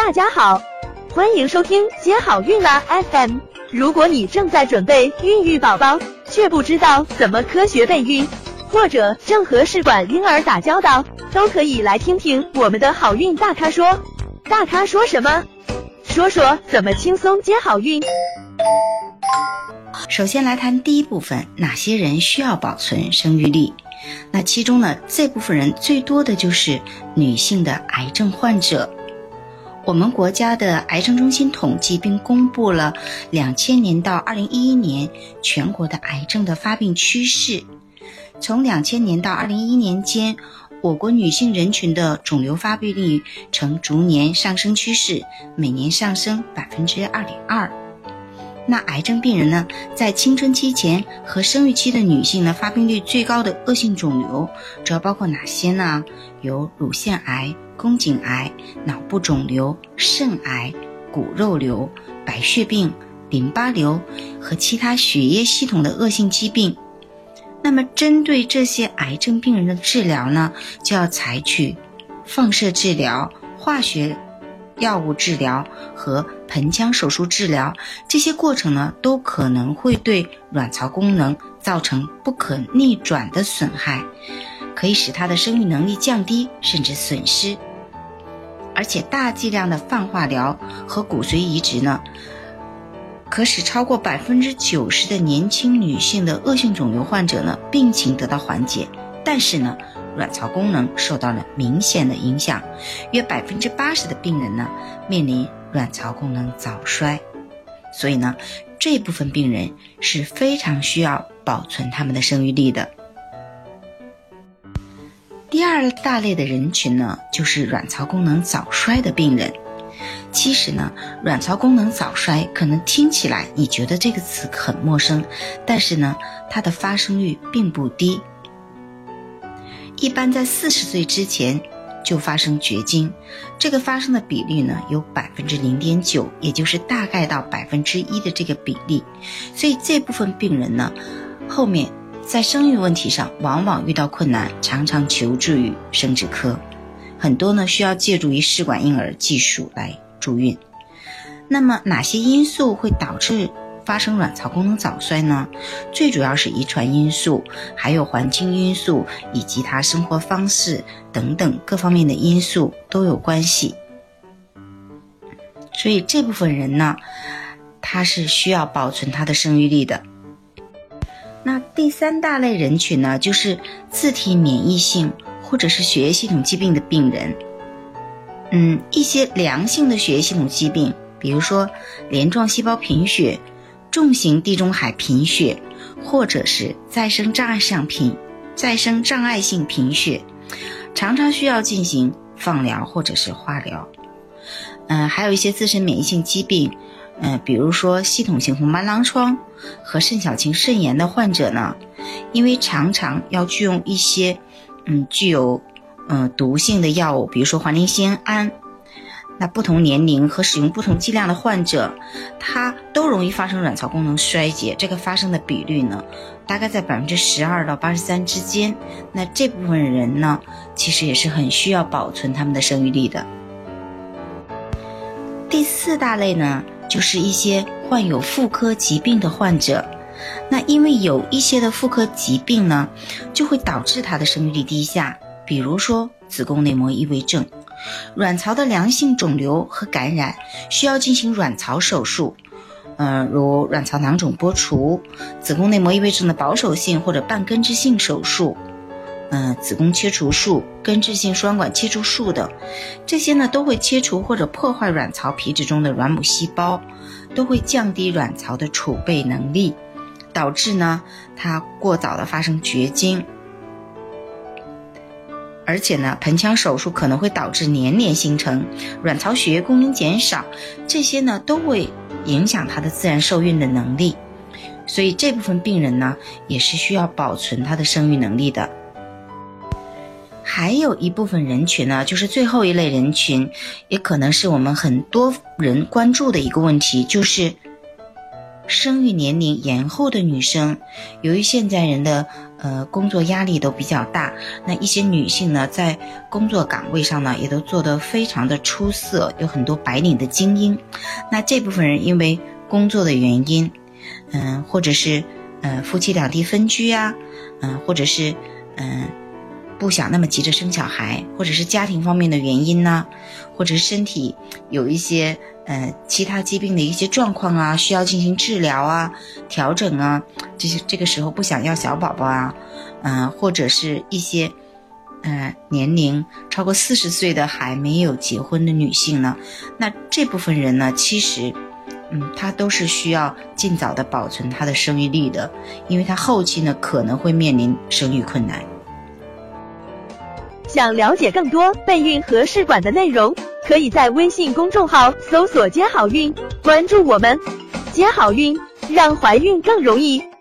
大家好，欢迎收听接好运啦 FM。如果你正在准备孕育宝宝，却不知道怎么科学备孕，或者正和试管婴儿打交道，都可以来听听我们的好运大咖说。大咖说什么？说说怎么轻松接好运。 首先来谈第一部分，哪些人需要保存生育力？那其中呢，这部分人最多的就是女性的癌症患者。我们国家的癌症中心统计并公布了2000年到2011年全国的癌症的发病趋势。从2000年到2011年间，我国女性人群的肿瘤发病率呈逐年上升趋势，每年上升 2.2%。那癌症病人呢，在青春期前和生育期的女性呢，发病率最高的恶性肿瘤主要包括哪些呢？有乳腺癌、宫颈癌、脑部肿瘤、肾癌、骨肉瘤、白血病、淋巴瘤和其他血液系统的恶性疾病。那么针对这些癌症病人的治疗呢，就要采取放射治疗、化学药物治疗和盆腔手术治疗，这些过程呢，都可能会对卵巢功能造成不可逆转的损害，可以使它的生育能力降低甚至损失。而且大剂量的放化疗和骨髓移植呢，可使超过 90% 的年轻女性的恶性肿瘤患者呢，病情得到缓解，但是呢，卵巢功能受到了明显的影响，约 80% 的病人呢，面临卵巢功能早衰。所以呢，这部分病人是非常需要保存他们的生育力的。第二大类的人群呢，就是卵巢功能早衰的病人。其实呢，卵巢功能早衰可能听起来你觉得这个词很陌生，但是呢，它的发生率并不低。一般在40岁之前就发生绝经，这个发生的比率呢有 0.9%， 也就是大概到 1% 的这个比例。所以这部分病人呢，后面在生育问题上往往遇到困难，常常求助于生殖科，很多呢需要借助于试管婴儿技术来助孕。那么哪些因素会导致发生卵巢功能早衰呢？最主要是遗传因素，还有环境因素，以及他生活方式等等各方面的因素都有关系。所以这部分人呢，他是需要保存他的生育力的。那第三大类人群呢，就是自体免疫性或者是血液系统疾病的病人。一些良性的血液系统疾病，比如说镰状细胞贫血、重型地中海贫血，或者是再生障碍性贫血，常常需要进行放疗或者是化疗。还有一些自身免疫性疾病，比如说系统性红斑狼疮和肾小球肾炎的患者呢，因为常常要去用一些具有毒性的药物，比如说环磷酰胺，那不同年龄和使用不同剂量的患者，他都容易发生卵巢功能衰竭，这个发生的比率呢，大概在 12% 到 83% 之间。那这部分人呢，其实也是很需要保存他们的生育力的。第四大类呢，就是一些患有妇科疾病的患者。那因为有一些的妇科疾病呢，就会导致他的生育力低下，比如说子宫内膜异位症、卵巢的良性肿瘤和感染，需要进行卵巢手术，如卵巢囊肿剥除、子宫内膜异位症的保守性或者半根治性手术、子宫切除术、根治性输卵管切除术等，这些呢都会切除或者破坏卵巢皮质中的卵母细胞，都会降低卵巢的储备能力，导致呢它过早的发生绝经。而且呢，盆腔手术可能会导致粘连形成，卵巢血液供应减少，这些呢都会影响它的自然受孕的能力。所以这部分病人呢，也是需要保存他的生育能力的。还有一部分人群呢，就是最后一类人群，也可能是我们很多人关注的一个问题，就是生育年龄延后的女生，由于现在人的工作压力都比较大，那一些女性呢，在工作岗位上呢，也都做得非常的出色，有很多白领的精英。那这部分人因为工作的原因，或者是夫妻两地分居啊，或者是不想那么急着生小孩，或者是家庭方面的原因呢，或者是身体有一些其他疾病的一些状况啊，需要进行治疗啊、调整啊，这个时候不想要小宝宝啊，或者是一些年龄超过40岁的还没有结婚的女性呢，那这部分人呢，其实她都是需要尽早的保存她的生育力的，因为她后期呢可能会面临生育困难。 想了解更多备孕和试管的内容，可以在微信公众号搜索接好运，关注我们，接好运，让怀孕更容易。